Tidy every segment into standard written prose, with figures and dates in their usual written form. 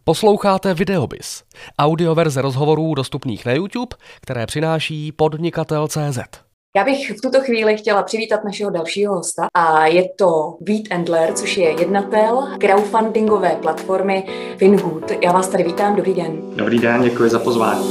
Posloucháte Videobiz, audioverze rozhovorů dostupných na YouTube, které přináší Podnikatel.cz. Já bych v tuto chvíli chtěla přivítat našeho dalšího hosta a je to Vít Endler, což je jednatel crowdfundingové platformy Finhood. Já vás tady vítám, dobrý den. Dobrý den, děkuji za pozvání.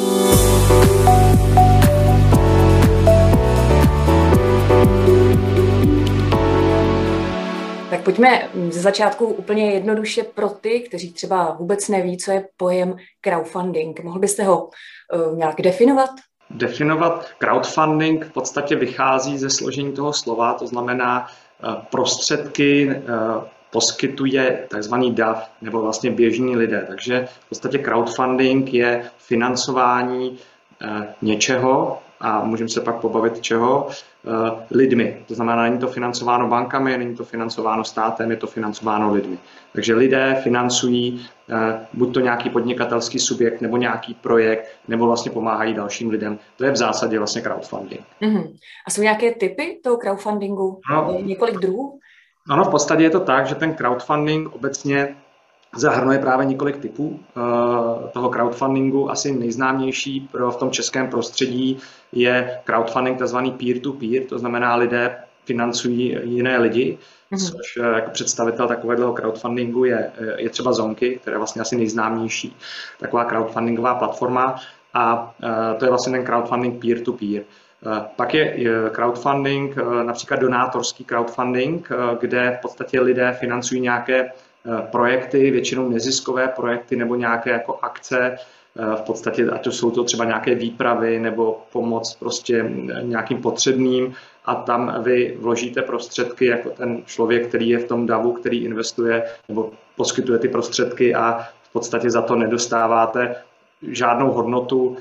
Tak pojďme ze začátku úplně jednoduše pro ty, kteří třeba vůbec neví, co je pojem crowdfunding. Mohl byste ho nějak definovat? Crowdfunding v podstatě vychází ze složení toho slova, to znamená prostředky poskytuje takzvaný DAF, nebo vlastně běžní lidé. Takže v podstatě crowdfunding je financování něčeho, a můžeme se pak pobavit čeho, lidmi. To znamená, není to financováno bankami, není to financováno státem, je to financováno lidmi. Takže lidé financují buď to nějaký podnikatelský subjekt, nebo nějaký projekt, nebo vlastně pomáhají dalším lidem. To je v zásadě vlastně crowdfunding. A jsou nějaké typy toho crowdfundingu? No, několik druhů? Ano, v podstatě je to tak, že ten crowdfunding obecně zahrnuje právě několik typů toho crowdfundingu. Asi nejznámější v tom českém prostředí je crowdfunding tzv. Peer-to-peer, to znamená, lidé financují jiné lidi, což jako představitel takového crowdfundingu je třeba Zonky, která je vlastně asi nejznámější taková crowdfundingová platforma, a to je vlastně ten crowdfunding peer-to-peer. Pak je crowdfunding, například donátorský crowdfunding, kde v podstatě lidé financují nějaké projekty, většinou neziskové projekty nebo nějaké jako akce, v podstatě, ať to jsou to třeba nějaké výpravy nebo pomoc prostě nějakým potřebným, a tam vy vložíte prostředky jako ten člověk, který je v tom davu, který investuje nebo poskytuje ty prostředky, a v podstatě za to nedostáváte žádnou hodnotu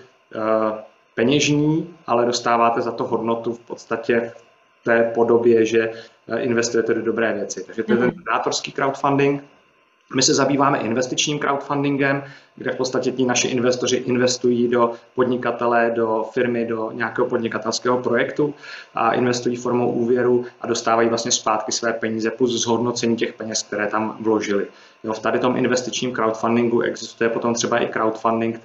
peněžní, ale dostáváte za to hodnotu v podstatě v té podobě, že investujete do dobré věci. Takže to je ten donátorský crowdfunding. My se zabýváme investičním crowdfundingem, kde v podstatě ti naši investoři investují do podnikatele, do firmy, do nějakého podnikatelského projektu a investují formou úvěru a dostávají vlastně zpátky své peníze plus zhodnocení těch peněz, které tam vložili. Jo, v tady tom investičním crowdfundingu existuje potom třeba i crowdfunding,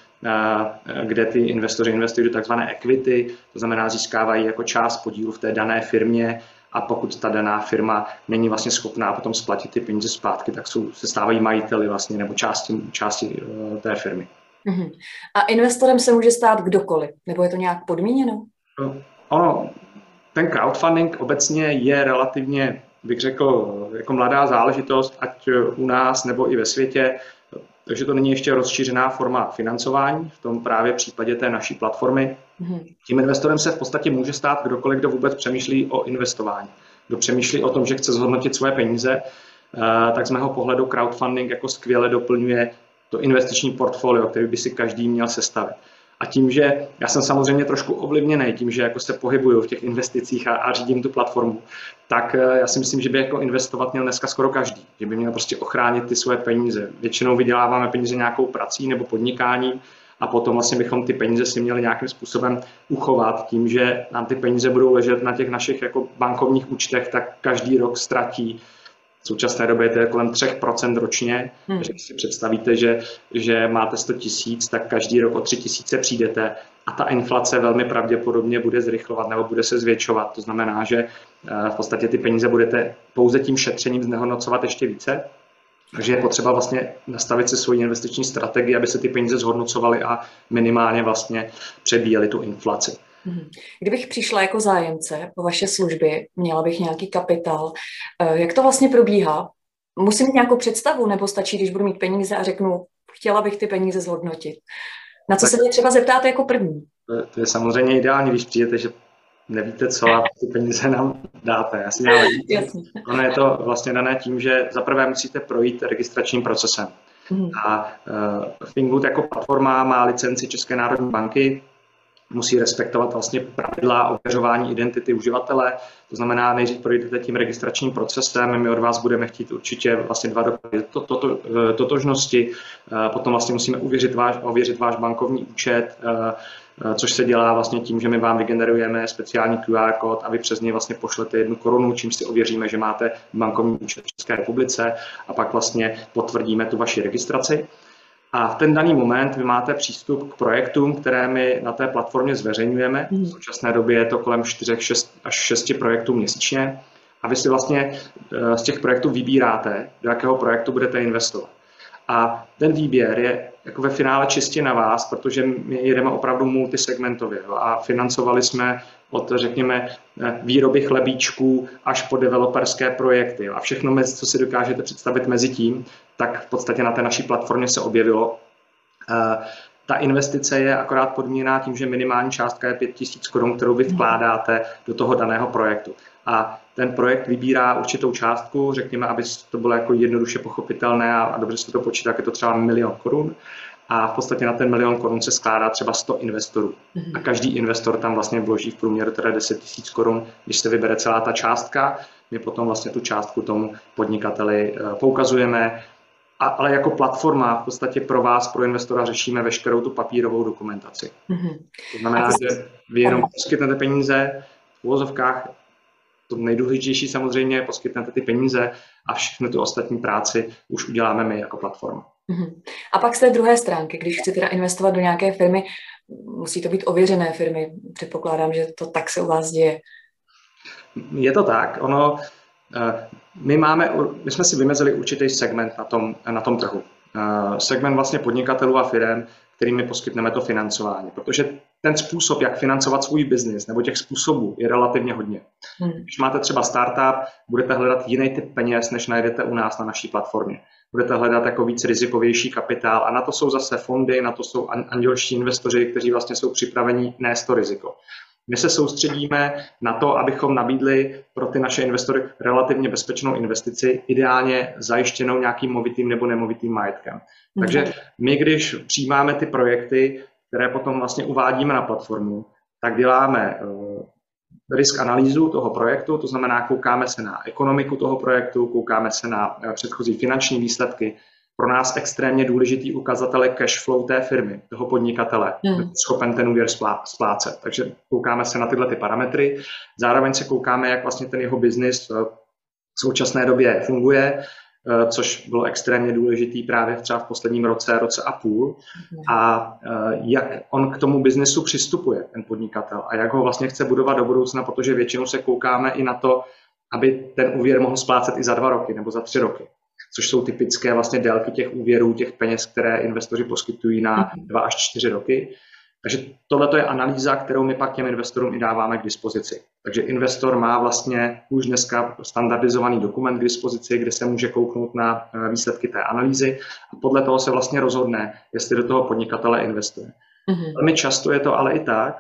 kde ty investoři investují do takzvané equity, to znamená získávají jako část podílu v té dané firmě, a pokud ta daná firma není vlastně schopná potom splatit ty peníze zpátky, tak se stávají majiteli vlastně nebo části té firmy. A investorem se může stát kdokoliv, nebo je to nějak podmíněno? Ono, ten crowdfunding obecně je relativně, bych řekl, jako mladá záležitost, ať u nás nebo i ve světě, takže to není ještě rozšířená forma financování v tom právě případě té naší platformy. Tím investorem se v podstatě může stát kdokoliv, kdo vůbec přemýšlí o investování. Kdo přemýšlí o tom, že chce zhodnotit svoje peníze, tak z mého pohledu crowdfunding jako skvěle doplňuje to investiční portfolio, který by si každý měl sestavit. A tím, že já jsem samozřejmě trošku ovlivněný tím, že jako se pohybuju v těch investicích a řídím tu platformu, tak já si myslím, že by jako investovat měl dneska skoro každý. Že by měl prostě ochránit ty svoje peníze. Většinou vyděláváme peníze nějakou prací nebo podnikáním, a potom vlastně bychom ty peníze si měli nějakým způsobem uchovat. Tím, že nám ty peníze budou ležet na těch našich jako bankovních účtech, tak každý rok ztratí. V současné době to je kolem 3% ročně. Takže si představíte, že máte 100 000, tak každý rok o 3 000 přijdete, a ta inflace velmi pravděpodobně bude zrychlovat nebo bude se zvětšovat. To znamená, že v podstatě ty peníze budete pouze tím šetřením znehodnocovat ještě více. Takže je potřeba vlastně nastavit si svoji investiční strategii, aby se ty peníze zhodnocovaly a minimálně vlastně přebíjely tu inflaci. Kdybych přišla jako zájemce po vaše služby, měla bych nějaký kapitál, jak to vlastně probíhá? Musím mít nějakou představu, nebo stačí, když budu mít peníze a řeknu, chtěla bych ty peníze zhodnotit? Na co se mě třeba zeptáte jako první? To je samozřejmě ideální, když přijdete, že nevíte co a ty peníze nám dáte. Já si dělám. Ono je to vlastně dané tím, že zaprvé musíte projít registračním procesem. A Finhood jako platforma má licenci České národní banky, musí respektovat vlastně pravidla ověřování identity uživatele. To znamená, nejdřív projdete tím registračním procesem, my od vás budeme chtít určitě vlastně 2 doklady totožnosti, potom vlastně musíme ověřit váš bankovní účet, což se dělá vlastně tím, že my vám vygenerujeme speciální QR kód a vy přes něj vlastně pošlete 1 korunu, čímž si ověříme, že máte bankovní účet v České republice, a pak vlastně potvrdíme tu vaši registraci. A v ten daný moment vy máte přístup k projektům, které my na té platformě zveřejňujeme. V současné době je to kolem 4 až 6 projektů měsíčně. A vy si vlastně z těch projektů vybíráte, do jakého projektu budete investovat. A ten výběr je jako ve finále čistě na vás, protože my jedeme opravdu multisegmentově. A financovali jsme od, řekněme, výroby chlebíčků až po developerské projekty. A všechno, co si dokážete představit mezi tím, tak v podstatě na té naší platformě se objevilo. Ta investice je akorát podmíněná tím, že minimální částka je 5 000 korun, kterou vy vkládáte do toho daného projektu. A ten projekt vybírá určitou částku, řekněme, aby to bylo jako jednoduše pochopitelné a dobře se to počítá, jak je to třeba 1 000 000 korun. A v podstatě na ten 1 000 000 korun se skládá třeba 100 investorů. A každý investor tam vlastně vloží v průměru teda 10 000 korun, když se vybere celá ta částka. My potom vlastně tu částku tomu podnikateli poukazujeme, ale jako platforma v podstatě pro vás, pro investora, řešíme veškerou tu papírovou dokumentaci. To znamená, že vy jenom poskytnete peníze v uvozovkách. To nejdůležitější samozřejmě, poskytnete ty peníze a všechny tu ostatní práci už uděláme my jako platforma. A pak z té druhé stránky, když chci teda investovat do nějaké firmy, musí to být ověřené firmy. Předpokládám, že to tak se u vás děje. Je to tak. My jsme si vymezili určitý segment na tom trhu. Segment vlastně podnikatelů a firem, kterými poskytneme to financování. Protože ten způsob, jak financovat svůj biznis, nebo těch způsobů, je relativně hodně. Když máte třeba startup, budete hledat jiný typ peněz, než najdete u nás na naší platformě. Budete hledat jako víc rizikovější kapitál a na to jsou zase fondy, na to jsou andělští investoři, kteří vlastně jsou připraveni nést to riziko. My se soustředíme na to, abychom nabídli pro ty naše investory relativně bezpečnou investici, ideálně zajištěnou nějakým movitým nebo nemovitým majetkem. Takže my, když přijímáme ty projekty, které potom vlastně uvádíme na platformu, tak děláme risk analýzu toho projektu, to znamená, koukáme se na ekonomiku toho projektu, koukáme se na předchozí finanční výsledky. Pro nás extrémně důležitý ukazatel je cash flow té firmy, toho podnikatele, schopen ten úvěr splácet. Takže koukáme se na tyhle ty parametry. Zároveň se koukáme, jak vlastně ten jeho biznis v současné době funguje, což bylo extrémně důležitý právě třeba v posledním roce a půl. A jak on k tomu biznesu přistupuje, ten podnikatel, a jak ho vlastně chce budovat do budoucna, protože většinou se koukáme i na to, aby ten úvěr mohl splácet i za 2 roky nebo za 3 roky. Což jsou typické vlastně délky těch úvěrů, těch peněz, které investoři poskytují na 2 až 4 roky. Takže tohle je analýza, kterou my pak těm investorům i dáváme k dispozici. Takže investor má vlastně už dneska standardizovaný dokument k dispozici, kde se může kouknout na výsledky té analýzy a podle toho se vlastně rozhodne, jestli do toho podnikatele investuje. Velmi často je to ale i tak,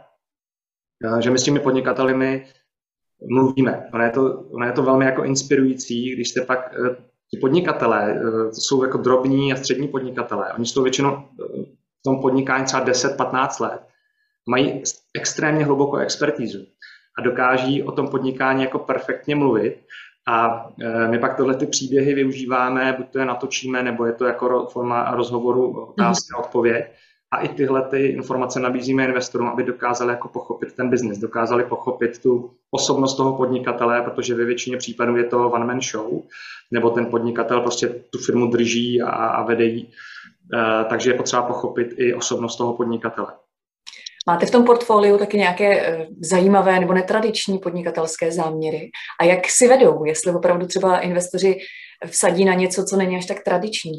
že my s těmi podnikateli mluvíme. Ono je to velmi jako inspirující, když jste pak ti podnikatelé, jsou jako drobní a střední podnikatelé, oni jsou většinou v tom podnikání třeba 10-15 let, mají extrémně hlubokou expertízu a dokáží o tom podnikání jako perfektně mluvit a my pak tohle ty příběhy využíváme, buď to je natočíme, nebo je to jako forma rozhovoru, otázka, odpověď. A i tyhle ty informace nabízíme investorům, aby dokázali jako pochopit ten biznis, dokázali pochopit tu osobnost toho podnikatele, protože ve většině případů je to one man show, nebo ten podnikatel prostě tu firmu drží a vede ji. Takže je potřeba pochopit i osobnost toho podnikatele. Máte v tom portfoliu taky nějaké zajímavé nebo netradiční podnikatelské záměry? A jak si vedou, jestli opravdu třeba investoři vsadí na něco, co není až tak tradiční?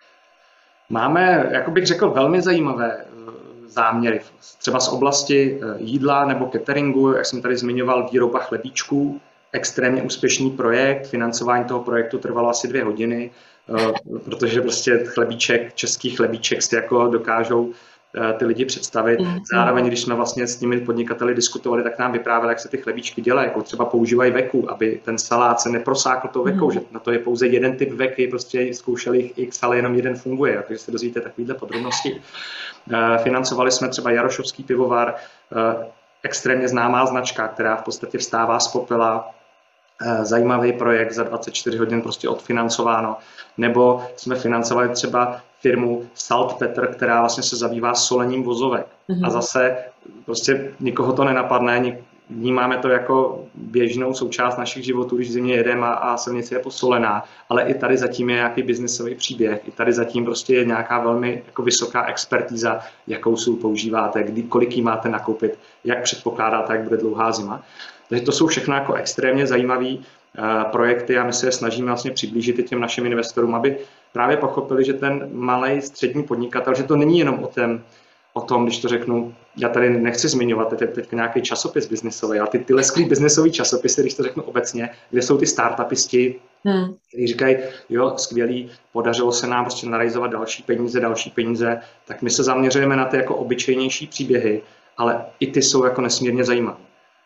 Máme, jak bych řekl, velmi zajímavé záměry, třeba z oblasti jídla nebo cateringu, jak jsem tady zmiňoval, výroba chlebíčků, extrémně úspěšný projekt, financování toho projektu trvalo asi 2 hodiny, protože prostě český chlebíček si jako dokážou ty lidi představit. Zároveň, když jsme vlastně s těmi podnikateli diskutovali, tak nám vyprávěli, jak se ty chlebíčky dělají, jako třeba používají veku, aby ten salát se neprosákl tou vekou, že na to je pouze jeden typ veky, prostě zkoušeli jich x, ale jenom jeden funguje, takže se dozvíte takovýhle podrobnosti. Financovali jsme třeba Jarošovský pivovar, extrémně známá značka, která v podstatě vstává z popela, zajímavý projekt, za 24 hodin prostě odfinancováno, nebo jsme financovali třeba firmu Saltpeter, která vlastně se zabývá solením vozovek. A zase prostě nikoho to nenapadne, vnímáme to jako běžnou součást našich životů, když v zimě jedeme a silnice je posolená, ale i tady zatím je nějaký biznesový příběh, i tady zatím prostě je nějaká velmi jako vysoká expertíza, jakou sůl používáte, kolik jí máte nakoupit, jak předpokládáte, jak bude dlouhá zima. Takže to jsou všechno jako extrémně zajímavé projekty a my se je snažíme vlastně přiblížit i těm našim investorům, aby právě pochopili, že ten malý střední podnikatel, že to není jenom o tom, když to řeknu, já tady nechci zmiňovat teď nějaký časopis biznesový, ale ty lesklý biznesový časopisy, když to řeknu obecně, kde jsou ty startupisti, kteří říkají, jo, skvělý, podařilo se nám prostě narealizovat další peníze, tak my se zaměřujeme na ty jako obyčejnější příběhy, ale i ty jsou jako nesmírně zajímavé.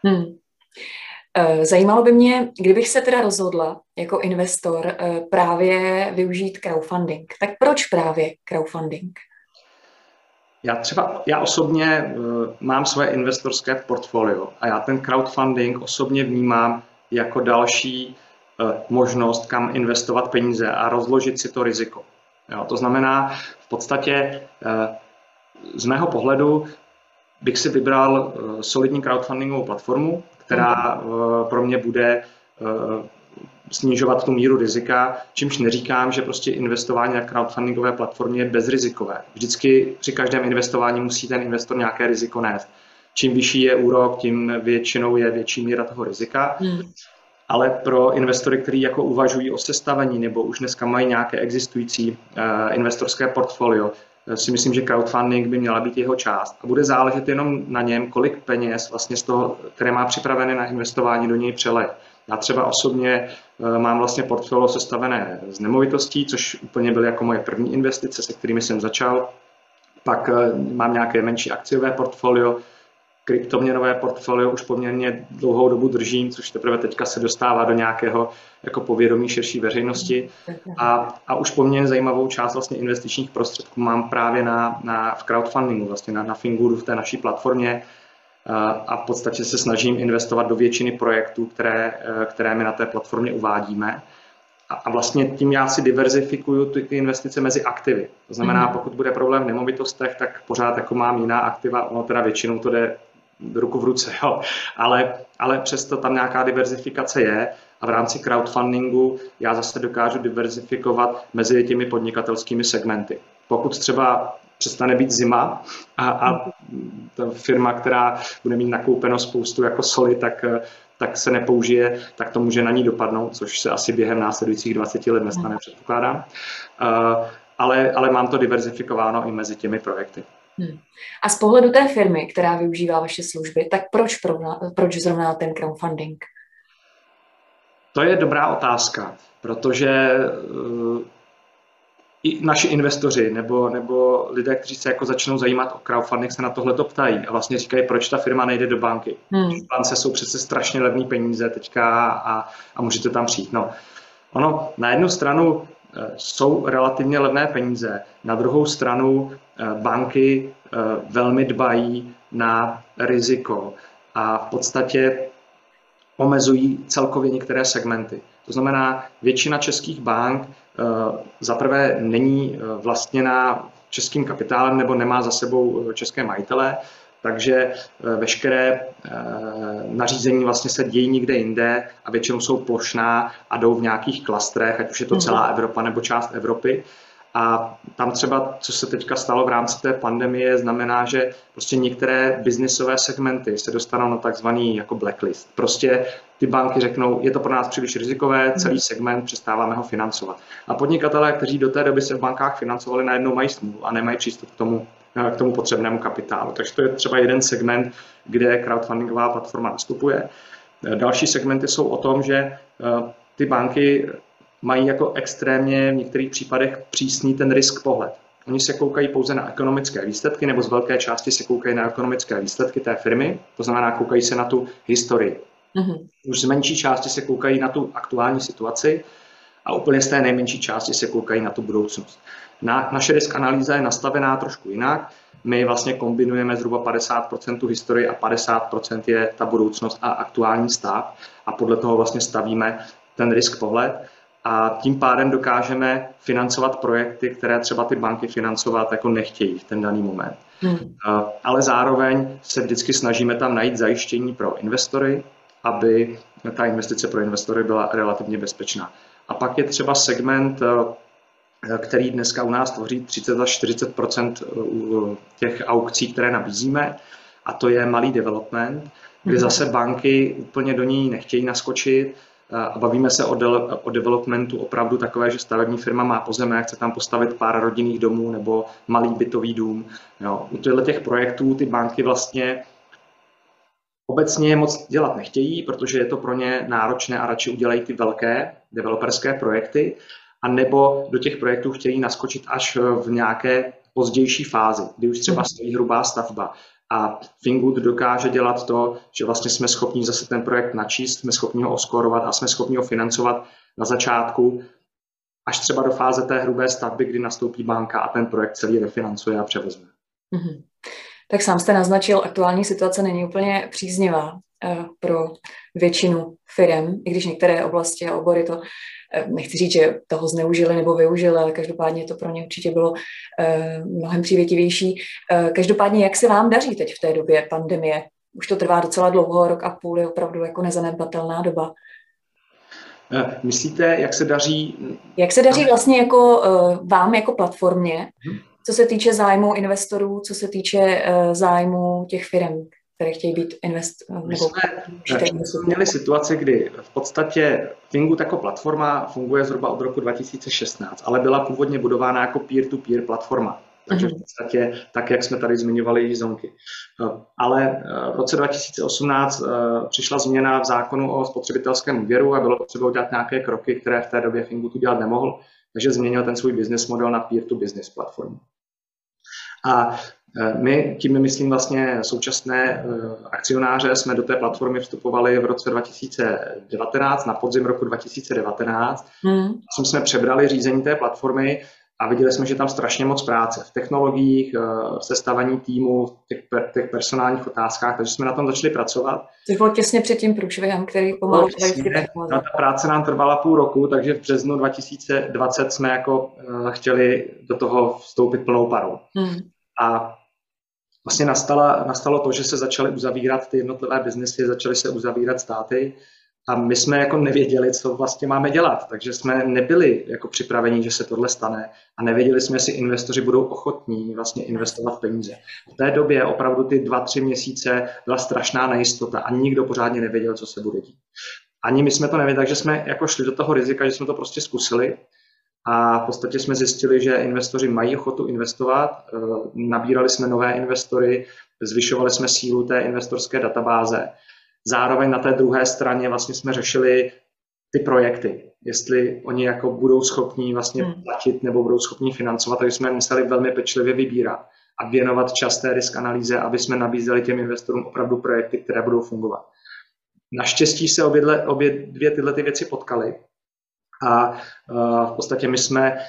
Zajímalo by mě, kdybych se teda rozhodla jako investor právě využít crowdfunding, tak proč právě crowdfunding? Já osobně mám svoje investorské portfolio a já ten crowdfunding osobně vnímám jako další možnost, kam investovat peníze a rozložit si to riziko. Jo, to znamená, v podstatě z mého pohledu bych si vybral solidní crowdfundingovou platformu, která pro mě bude snižovat tu míru rizika, čímž neříkám, že prostě investování na crowdfundingové platformě je bezrizikové. Vždycky při každém investování musí ten investor nějaké riziko nést. Čím vyšší je úrok, tím většinou je větší míra toho rizika. Ale pro investory, kteří jako uvažují o sestavení nebo už dneska mají nějaké existující investorské portfolio, si myslím, že crowdfunding by měla být jeho část. A bude záležet jenom na něm, kolik peněz vlastně z toho, které má připravené na investování, do něj přeleje. Já třeba osobně mám vlastně portfolio sestavené z nemovitostí, což úplně byly jako moje první investice, se kterými jsem začal. Pak mám nějaké menší akciové portfolio, kryptoměnové portfolio už poměrně dlouhou dobu držím, což teprve teďka se dostává do nějakého jako povědomí širší veřejnosti. A už poměrně zajímavou část vlastně investičních prostředků mám právě v crowdfundingu, vlastně na Fingoodu, v té naší platformě. A v podstatě se snažím investovat do většiny projektů, které my na té platformě uvádíme. A vlastně tím já si diverzifikuju ty investice mezi aktivy. To znamená, pokud bude problém v nemovitostech, tak pořád jako mám jiná aktiva, ono teda většinou to jde ruku v ruce, jo. Ale přesto tam nějaká diverzifikace je a v rámci crowdfundingu já zase dokážu diverzifikovat mezi těmi podnikatelskými segmenty. Pokud třeba přestane být zima a ta firma, která bude mít nakoupeno spoustu jako soli, tak se nepoužije, tak to může na ní dopadnout, což se asi během následujících 20 let nestane, předpokládám. Ale mám to diverzifikováno i mezi těmi projekty. A z pohledu té firmy, která využívá vaše služby, tak proč zrovna ten crowdfunding? To je dobrá otázka, protože i naši investoři nebo lidé, kteří se jako začnou zajímat o crowdfunding, se na tohleto ptají a vlastně říkají, proč ta firma nejde do banky. V bance jsou přece strašně levné peníze teďka a můžete tam přijít. No, ono na jednu stranu jsou relativně levné peníze, na druhou stranu banky velmi dbají na riziko a v podstatě omezují celkově některé segmenty. To znamená, většina českých bank zaprvé není vlastněna českým kapitálem nebo nemá za sebou české majitele, takže veškeré nařízení vlastně se dějí někde jinde a většinou jsou plošná a jdou v nějakých klastrech, ať už je to celá Evropa nebo část Evropy. A tam třeba, co se teďka stalo v rámci té pandemie, znamená, že prostě některé biznisové segmenty se dostanou na takzvaný jako blacklist. Prostě ty banky řeknou, je to pro nás příliš rizikové, celý segment, přestáváme ho financovat. A podnikatelé, kteří do té doby se v bankách financovali, najednou mají smůlu a nemají přístup k tomu potřebnému kapitálu. Takže to je třeba jeden segment, kde crowdfundingová platforma nastupuje. Další segmenty jsou o tom, že ty banky mají jako extrémně v některých případech přísný ten risk pohled. Oni se koukají pouze na ekonomické výsledky, nebo z velké části se koukají na ekonomické výsledky té firmy, to znamená, koukají se na tu historii. Už z menší části se koukají na tu aktuální situaci a úplně z té nejmenší části se koukají na tu budoucnost. Naše risk analýza je nastavená trošku jinak. My vlastně kombinujeme zhruba 50% tu historii a 50% je ta budoucnost a aktuální stav a podle toho vlastně stavíme ten risk pohled. a tím pádem dokážeme financovat projekty, které třeba ty banky financovat jako nechtějí v ten daný moment. Ale zároveň se vždycky snažíme tam najít zajištění pro investory, aby ta investice pro investory byla relativně bezpečná. A pak je třeba segment, který dneska u nás tvoří 30 až 40% těch aukcí, které nabízíme, a to je malý development, kdy zase banky úplně do ní nechtějí naskočit a bavíme se o developmentu opravdu takové, že stavební firma má pozemek, chce tam postavit pár rodinných domů nebo malý bytový dům. Jo. U těch projektů ty banky vlastně obecně moc dělat nechtějí, protože je to pro ně náročné a radši udělají ty velké developerské projekty, a nebo do těch projektů chtějí naskočit až v nějaké pozdější fázi, kdy už třeba stojí hrubá stavba. A Fingood dokáže dělat to, že vlastně jsme schopni zase ten projekt načíst, jsme schopni ho oskorovat a jsme schopni ho financovat na začátku, až třeba do fáze té hrubé stavby, kdy nastoupí banka a ten projekt celý refinancuje a převezme. Tak sám jste naznačil, aktuální situace není úplně příznivá pro většinu firem, i když některé oblasti a obory to, nechci říct, že toho zneužili nebo využili, ale každopádně to pro ně určitě bylo mnohem přívětivější. Každopádně, jak se vám daří teď v té době pandemie? Už to trvá docela dlouho, rok a půl je opravdu jako nezanedbatelná doba. Myslíte, jak se daří? Jak se daří vlastně jako vám jako platformě, co se týče zájmu investorů, co se týče zájmu těch firm, které chtějí být My jsme měli situaci, kdy v podstatě Fingood jako platforma funguje zhruba od roku 2016, ale byla původně budována jako peer-to-peer platforma. Takže v podstatě tak, jak jsme tady zmiňovali i zonky. Ale v roce 2018 přišla změna v zákonu o spotřebitelském úvěru a bylo potřeba udělat nějaké kroky, které v té době Fingood udělat nemohl, takže změnil ten svůj business model na peer-to-business platformu. A my, tím myslím vlastně současné akcionáře, jsme do té platformy vstupovali v roce 2019, na podzim roku 2019. Jsme přebrali řízení té platformy a viděli jsme, že tam strašně moc práce v technologiích, v sestavení týmu, v těch personálních otázkách, takže jsme na tom začali pracovat. Což bylo těsně před tím průšvihem, který pomalu ta práce nám trvala půl roku, takže v březnu 2020 jsme jako chtěli do toho vstoupit plnou parou. A vlastně nastalo to, že se začaly uzavírat ty jednotlivé biznesy, začaly se uzavírat státy a my jsme jako nevěděli, co vlastně máme dělat, takže jsme nebyli jako připraveni, že se tohle stane a nevěděli jsme, jestli investoři budou ochotní vlastně investovat peníze. V té době opravdu ty 2-3 měsíce byla strašná nejistota a nikdo pořádně nevěděl, co se bude dít. Ani my jsme to nevěděli, takže jsme jako šli do toho rizika, že jsme to prostě zkusili. A v podstatě jsme zjistili, že investoři mají ochotu investovat, nabírali jsme nové investory, zvyšovali jsme sílu té investorské databáze. Zároveň na té druhé straně vlastně jsme řešili ty projekty, jestli oni jako budou schopní vlastně platit nebo budou schopní financovat, takže jsme museli velmi pečlivě vybírat a věnovat čas té risk analýze, aby jsme nabízeli těm investorům opravdu projekty, které budou fungovat. Naštěstí se obě dvě tyhle ty věci potkaly. A v podstatě my jsme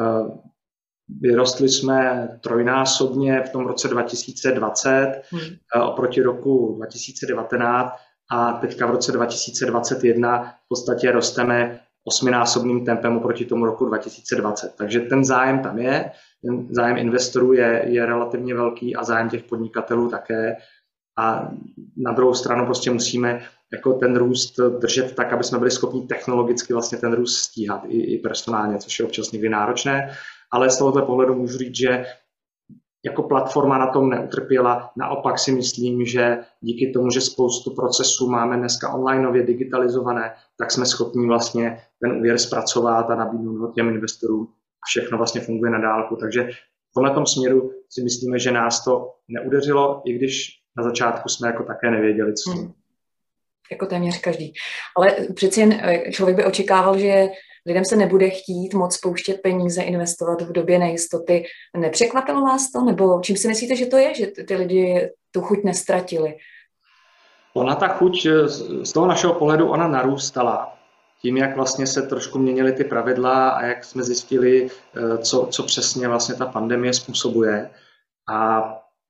vyrostli jsme trojnásobně v tom roce 2020 oproti roku 2019 a teďka v roce 2021 v podstatě rosteme 8násobným tempem oproti tomu roku 2020. Takže ten zájem tam je, ten zájem investorů je relativně velký a zájem těch podnikatelů také. A na druhou stranu prostě musíme jako ten růst držet tak, aby jsme byli schopni technologicky vlastně ten růst stíhat i personálně, což je občas někdy náročné. Ale z tohoto pohledu můžu říct, že jako platforma na tom neutrpěla. Naopak si myslím, že díky tomu, že spoustu procesů máme dneska onlineově digitalizované, tak jsme schopni vlastně ten úvěr zpracovat a nabídnout ho těm investorům. A všechno vlastně funguje na dálku. Takže v tomto směru si myslíme, že nás to neudeřilo, i když na začátku jsme jako také nevěděli, co. Jako téměř každý. Ale přeci jen člověk by očekával, že lidem se nebude chtít moc pouštět peníze, investovat v době nejistoty. Nepřekvapilo vás to? Nebo čím si myslíte, že to je, že ty lidi tu chuť nestratili? Ona ta chuť z toho našeho pohledu ona narůstala. Tím, jak vlastně se trošku měnily ty pravidla a jak jsme zjistili, co přesně vlastně ta pandemie způsobuje. A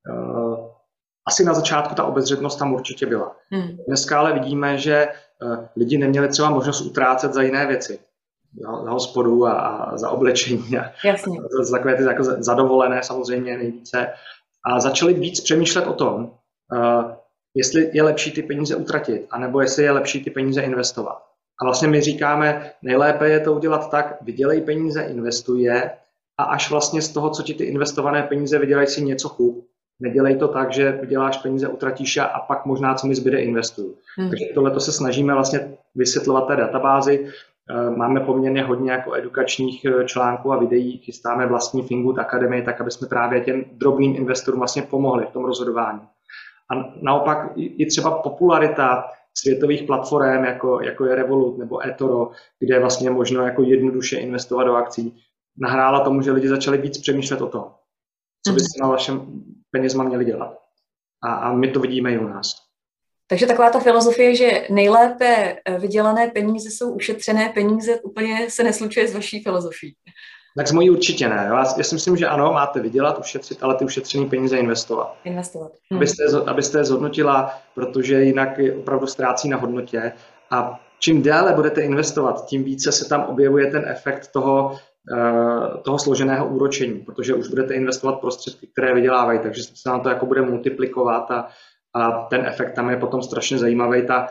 asi na začátku ta obezřetnost tam určitě byla. Dneska ale vidíme, že lidi neměli třeba možnost utrácet za jiné věci. za hospodu a za oblečení a Jasně. za takové ty jako zadovolené samozřejmě nejvíce. A začali víc přemýšlet o tom, jestli je lepší ty peníze utratit, anebo jestli je lepší ty peníze investovat. A vlastně my říkáme, nejlépe je to udělat tak, vydělej peníze, investuj je a až vlastně z toho, co ti ty investované peníze vydělají, si něco kup. Nedělej to tak, že vyděláš peníze, utratíš a pak možná, co mi zbyde, investuju. Takže tohleto se snažíme vlastně vysvětlovat té databázi. Máme poměrně hodně jako edukačních článků a videí, chystáme vlastní Fingood Academy, tak aby jsme právě těm drobným investorům vlastně pomohli v tom rozhodování. A naopak i třeba popularita světových platform, jako je Revolut nebo eToro, kde je vlastně možno jako jednoduše investovat do akcí, nahrála tomu, že lidi začali víc přemýšlet o tom, co by se na vašem penězma měli dělat. A my to vidíme i u nás. Takže taková ta filozofie, že nejlépe vydělané peníze jsou ušetřené peníze, úplně se neslučuje s vaší filozofií. Tak z mojí určitě ne. Já si myslím, že ano, máte vydělat, ušetřit, ale ty ušetřené peníze investovat. Abyste je zhodnotila, protože jinak opravdu ztrácí na hodnotě. A čím déle budete investovat, tím více se tam objevuje ten efekt toho složeného úročení, protože už budete investovat prostředky, které vydělávají, takže se nám to jako bude multiplikovat a ten efekt tam je potom strašně zajímavý. Ta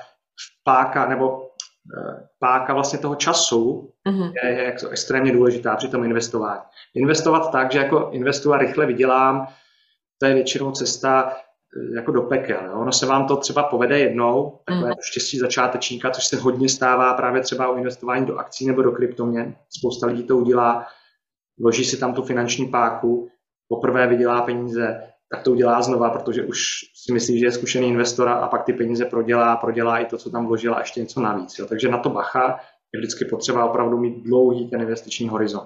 páka vlastně toho času je jako extrémně důležitá při tom investování. Investovat tak, že jako investuji a rychle vydělám, to je většinou cesta jako do pekel. Jo. Ono se vám to třeba povede jednou, takové to štěstí začátečníka, což se hodně stává právě třeba o investování do akcí nebo do kryptoměn. Spousta lidí to udělá, vloží si tam tu finanční páku, poprvé vydělá peníze, tak to udělá znova, protože už si myslí, že je zkušený investor a pak ty peníze prodělá i to, co tam vložila, ještě něco navíc. Jo. Takže na to bacha, je vždycky potřeba opravdu mít dlouhý ten investiční horizont.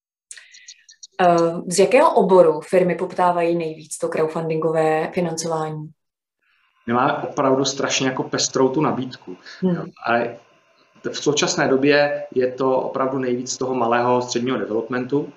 Z jakého oboru firmy poptávají nejvíc to crowdfundingové financování? My máme opravdu strašně jako pestrou tu nabídku. Ale v současné době je to opravdu nejvíc z toho malého středního developmentu.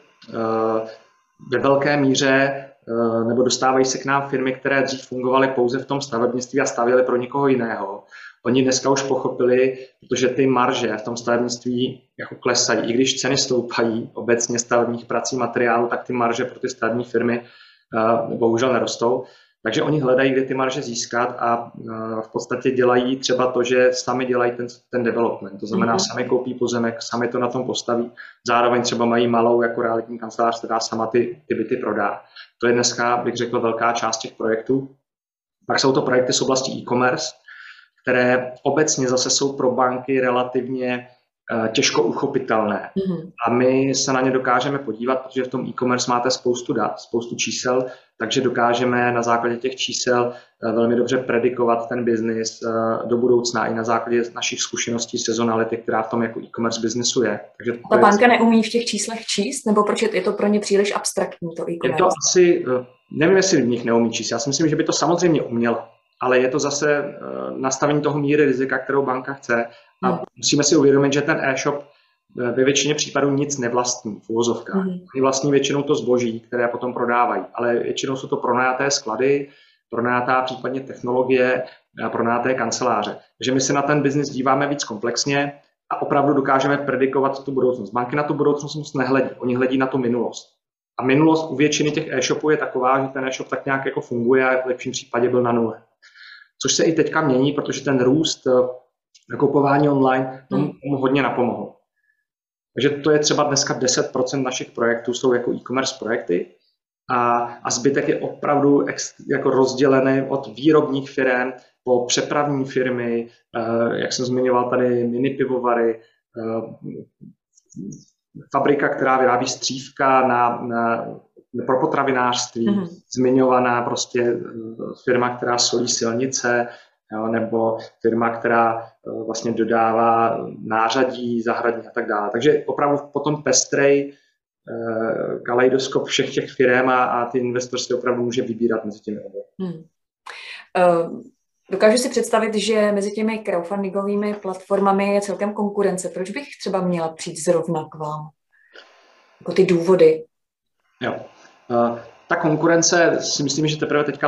Ve velké míře nebo dostávají se k nám firmy, které dřív fungovaly pouze v tom stavebnictví a stavěly pro někoho jiného. Oni dneska už pochopili, protože ty marže v tom stavebnictví jako klesají. I když ceny stoupají obecně stavebních prací, materiálu, tak ty marže pro ty stavební firmy bohužel nerostou. Takže oni hledají, kde ty marže získat a v podstatě dělají třeba to, že sami dělají ten development. To znamená, sami koupí pozemek, sami to na tom postaví. Zároveň třeba mají malou jako realitní kancelář, která sama ty byty prodá. To je dneska, bych řekl, velká část těch projektů. Pak jsou to projekty z oblasti e-commerce, které obecně zase jsou pro banky relativně těžko uchopitelné. A my se na ně dokážeme podívat, protože v tom e-commerce máte spoustu dat, spoustu čísel, takže dokážeme na základě těch čísel velmi dobře predikovat ten biznis do budoucna i na základě našich zkušeností sezonality, která v tom jako e-commerce biznesu je. Takže ta banka neumí v těch číslech číst, nebo proč je to pro ně příliš abstraktní, to e-commerce? Je to asi, nevím, jestli v nich neumí číst, já si myslím, že by to samozřejmě uměla, ale je to zase nastavení toho míry rizika, kterou banka chce. A musíme si uvědomit, že ten e-shop ve většině případů nic nevlastní v uvozovkách. Oni vlastní většinou to zboží, které potom prodávají, ale většinou jsou to pronajaté sklady, pronajatá případně technologie a pronajaté kanceláře. Takže my se na ten biznis díváme víc komplexně a opravdu dokážeme predikovat tu budoucnost. Banky na tu budoucnost nehledí, oni hledí na tu minulost. A minulost u většiny těch e-shopů je taková, že ten e-shop tak nějak jako funguje a v lepším případě byl na nule. Což se i teďka mění, protože ten růst nakupování online tomu hodně napomohl. Takže to je třeba dneska 10% našich projektů jsou jako e-commerce projekty a zbytek je opravdu jako rozdělený od výrobních firm po přepravní firmy, jak jsem zmiňoval tady mini pivovary, fabrika, která vyrábí střívka pro potravinářství, zmiňovaná prostě firma, která solí silnice, jo, nebo firma, která vlastně dodává nářadí, zahradní a tak dále. Takže opravdu potom pestrej kaleidoskop všech těch firm a ty investor si opravdu může vybírat mezi těmi obory. Dokážu si představit, že mezi těmi crowdfundingovými platformami je celkem konkurence. Proč bych třeba měla přijít zrovna k vám? Jako ty důvody. Jo. Ta konkurence si myslím, že teprve teďka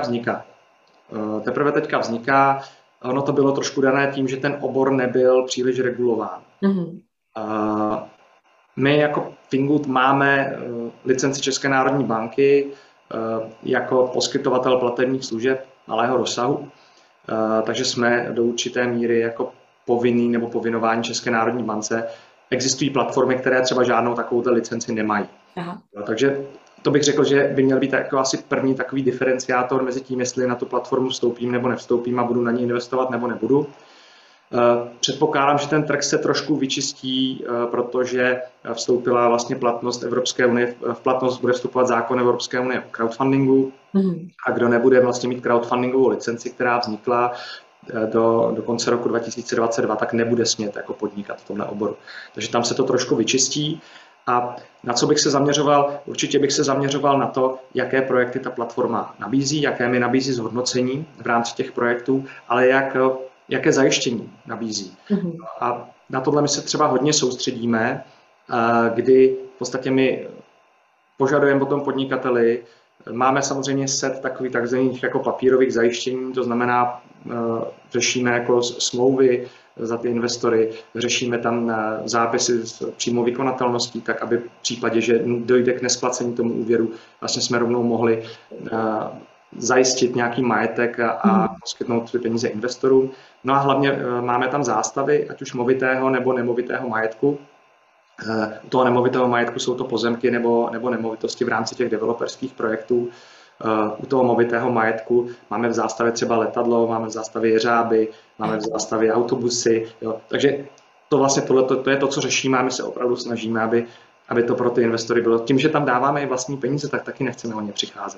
vzniká. Ono to bylo trošku dané tím, že ten obor nebyl příliš regulován. My jako Fingood máme licenci České národní banky jako poskytovatel platebních služeb malého rozsahu, takže jsme do určité míry jako povinný nebo povinování České národní bance. Existují platformy, které třeba žádnou takovou licenci nemají. Aha. Takže to bych řekl, že by měl být jako asi první takový diferenciátor mezi tím, jestli na tu platformu vstoupím nebo nevstoupím a budu na ní investovat nebo nebudu. Předpokládám, že ten trh se trošku vyčistí, protože vstoupila vlastně platnost Evropské unie, v platnost bude vstupovat zákon Evropské unie o crowdfundingu a kdo nebude vlastně mít crowdfundingovou licenci, která vznikla do konce roku 2022, tak nebude smět jako podnikat v tomhle oboru. Takže tam se to trošku vyčistí. A na co bych se zaměřoval? Určitě bych se zaměřoval na to, jaké projekty ta platforma nabízí, jaké mi nabízí zhodnocení v rámci těch projektů, ale jaké zajištění nabízí. A na tohle my se třeba hodně soustředíme, kdy v podstatě my požadujeme po tom podnikateli, máme samozřejmě set takových takzvaných jako papírových zajištění, to znamená, řešíme jako smlouvy za ty investory, řešíme tam zápisy s přímou vykonatelností, tak aby v případě, že dojde k nesplacení tomu úvěru, vlastně jsme rovnou mohli zajistit nějaký majetek a poskytnout ty peníze investorům. No a hlavně máme tam zástavy, ať už movitého nebo nemovitého majetku. U toho nemovitého majetku jsou to pozemky nebo nemovitosti v rámci těch developerských projektů. U toho movitého majetku máme v zástavě třeba letadlo, máme v zástavě jeřáby, máme v zástavě autobusy. Jo. Takže to vlastně to je to, co řešíme a my se opravdu snažíme, aby to pro ty investory bylo. Tím, že tam dáváme i vlastní peníze, tak taky nechceme o ně přicházet.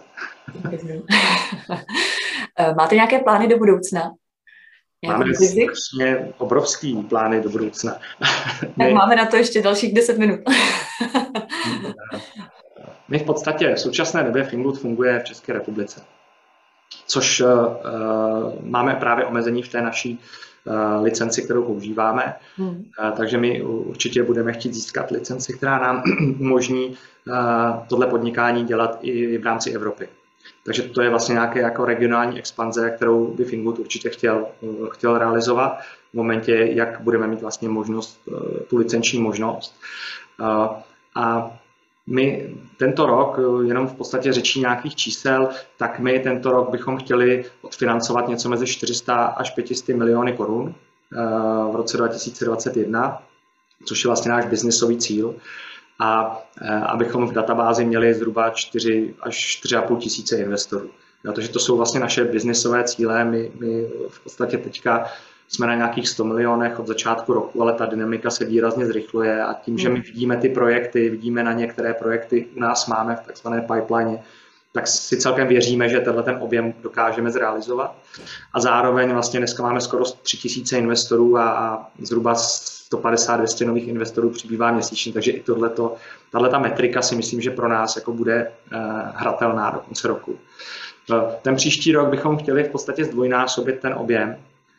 Máte nějaké plány do budoucna? Máme vlastně obrovský plány do budoucna. Tak máme na to ještě dalších 10 minut. My v podstatě v současné době Fingood funguje v České republice, což máme právě omezení v té naší licenci, kterou používáme. Takže my určitě budeme chtít získat licenci, která nám umožní tohle podnikání dělat i v rámci Evropy. Takže to je vlastně nějaké jako regionální expanze, kterou by Fingood určitě chtěl realizovat v momentě, jak budeme mít vlastně možnost, tu licenční možnost. A my tento rok, jenom v podstatě řečí nějakých čísel, tak my tento rok bychom chtěli odfinancovat něco mezi 400 až 500 miliony korun v roce 2021, což je vlastně náš biznisový cíl. A abychom v databázi měli zhruba 4 až 4,5 tisíce investorů. Protože to jsou vlastně naše biznisové cíle. My v podstatě teďka jsme na nějakých 100 milionech od začátku roku, ale ta dynamika se výrazně zrychluje a tím, že my vidíme ty projekty, vidíme na některé projekty u nás máme v takzvané pipeline, tak si celkem věříme, že ten objem dokážeme zrealizovat. A zároveň vlastně dneska máme skoro 3 tisíce investorů a zhruba 150-200 nových investorů přibývá měsíčně, takže i tato metrika si myslím, že pro nás jako bude hratelná do konce roku. Ten příští rok bychom chtěli v podstatě zdvojnásobit ten objem.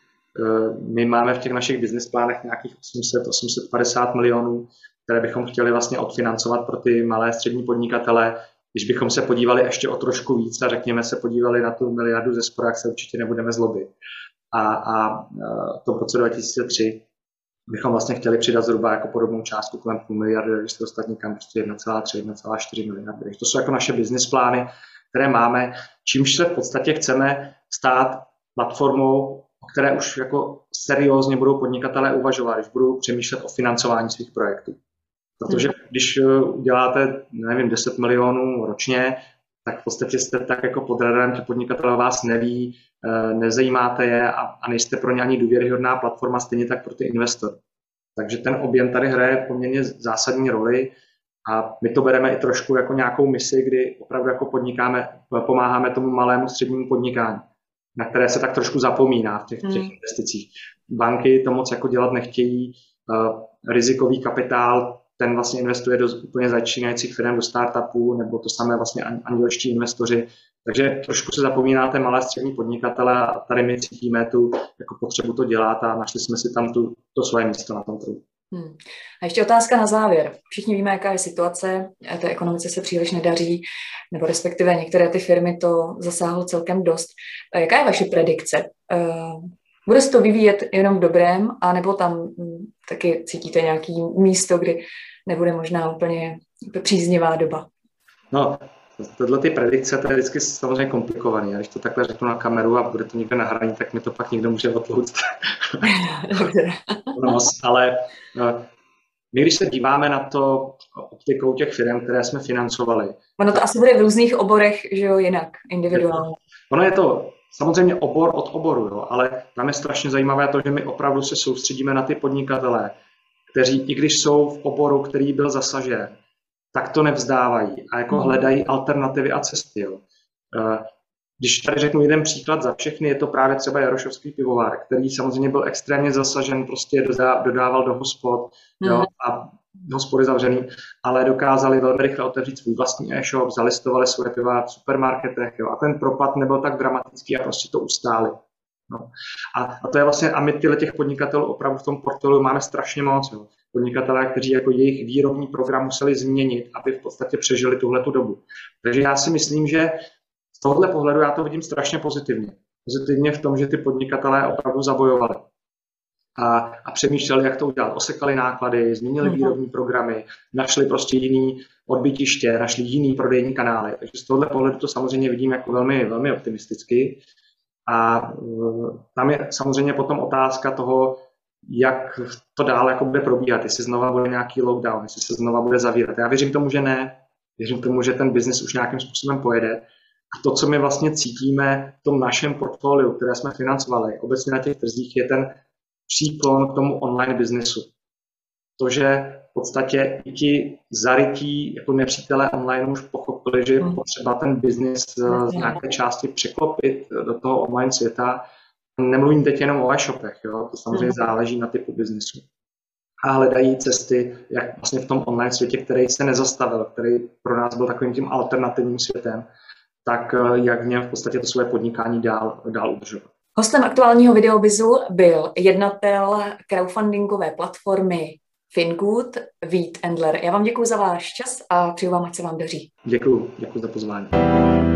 My máme v těch našich business plánech nějakých 800-850 milionů, které bychom chtěli vlastně odfinancovat pro ty malé střední podnikatele. Když bychom se podívali ještě o trošku víc a řekněme se podívali na tu miliardu ze sporu, jak se určitě nebudeme zlobit. A to v roce 2003 bychom vlastně chtěli přidat zhruba jako podobnou částku kolem půl miliardy, když se dostat někam prostě 1,3-1,4 miliardy. Takže to jsou jako naše business plány, které máme, čímž se v podstatě chceme stát platformou, o které už jako seriózně budou podnikatelé uvažovat, když budou přemýšlet o financování svých projektů. Protože když uděláte, nevím, 10 milionů ročně, tak v podstatě jste tak jako pod radarem, že podnikatel vás neví, nezajímáte je a nejste pro ně ani důvěryhodná platforma, stejně tak pro ty investory. Takže ten objem tady hraje poměrně zásadní roli a my to bereme i trošku jako nějakou misi, kdy opravdu jako pomáháme tomu malému střednímu podnikání, na které se tak trošku zapomíná v těch investicích. Banky to moc jako dělat nechtějí, rizikový kapitál, ten vlastně investuje do úplně začínajících firm, do startupů, nebo to samé vlastně andělští investoři. Takže trošku se zapomínáte malé střední podnikatele a tady my cítíme tu jako potřebu to dělat a našli jsme si tam to svoje místo na tom trhu. A ještě otázka na závěr. Všichni víme, jaká je situace, té ekonomice se příliš nedaří, nebo respektive některé ty firmy to zasáhlo celkem dost. Jaká je vaše predikce? Bude se to vyvíjet jenom v dobrém, anebo tam taky cítíte nějaký místo, kdy nebude možná úplně příznivá doba? No, tohle ty predikce, to je vždycky samozřejmě komplikovaný. A když to takhle řeknu na kameru a bude to někde nahraný, tak mi to pak někdo může otlouct. No, ale my, když se díváme na to optikou těch firm, které jsme financovali. Ono to asi bude v různých oborech, že jo, jinak, individuálně. Ono je to samozřejmě obor od oboru, jo, ale tam je strašně zajímavé to, že my opravdu se soustředíme na ty podnikatele, kteří, i když jsou v oboru, který byl zasažen, tak to nevzdávají a jako hledají alternativy a cesty. Jo. Když tady řeknu jeden příklad za všechny, je to právě třeba Jarošovský pivovar, který samozřejmě byl extrémně zasažen, prostě dodával do hospod, jo, a hospody zavřený, ale dokázali velmi rychle otevřít svůj vlastní e-shop, zalistovali svoje piva v supermarketech, jo, a ten propad nebyl tak dramatický a prostě to ustáli. No. A to je vlastně, a my těch podnikatelů opravdu v tom portfoliu máme strašně moc. Jo. Podnikatelé, kteří jako jejich výrobní program museli změnit, aby v podstatě přežili tuhletu dobu. Takže já si myslím, že z tohohle pohledu já to vidím strašně pozitivně. Pozitivně v tom, že ty podnikatelé opravdu zabojovali a přemýšleli, jak to udělat. Osekali náklady, změnili výrobní programy, našli prostě jiný odbytiště, našli jiný prodejní kanály. Takže z tohohle pohledu to samozřejmě vidím jako velmi, velmi optimisticky. A tam je samozřejmě potom otázka toho, jak to dál jako bude probíhat, jestli znova bude nějaký lockdown, jestli se znova bude zavírat. Já věřím tomu, že ne. Věřím tomu, že ten biznis už nějakým způsobem pojede. A to, co my vlastně cítíme v tom našem portfoliu, které jsme financovali, obecně na těch trzích, je ten příklon k tomu online biznesu. To, že v podstatě i ti zarytí jako nepřítelé online už pochopili, že je potřeba ten biznis z nějaké části překlopit do toho online světa. Nemluvím teď jenom o e-shopech, jo? To samozřejmě záleží na typu biznesu. A hledají cesty, jak vlastně v tom online světě, který se nezastavil, který pro nás byl takovým tím alternativním světem, tak jak v něm v podstatě to své podnikání dál udržovat. Hostem aktuálního videobizu byl jednatel crowdfundingové platformy Fingood, Vít Endler. Já vám děkuji za váš čas a přeju vám, ať se vám daří. Děkuji za pozvání.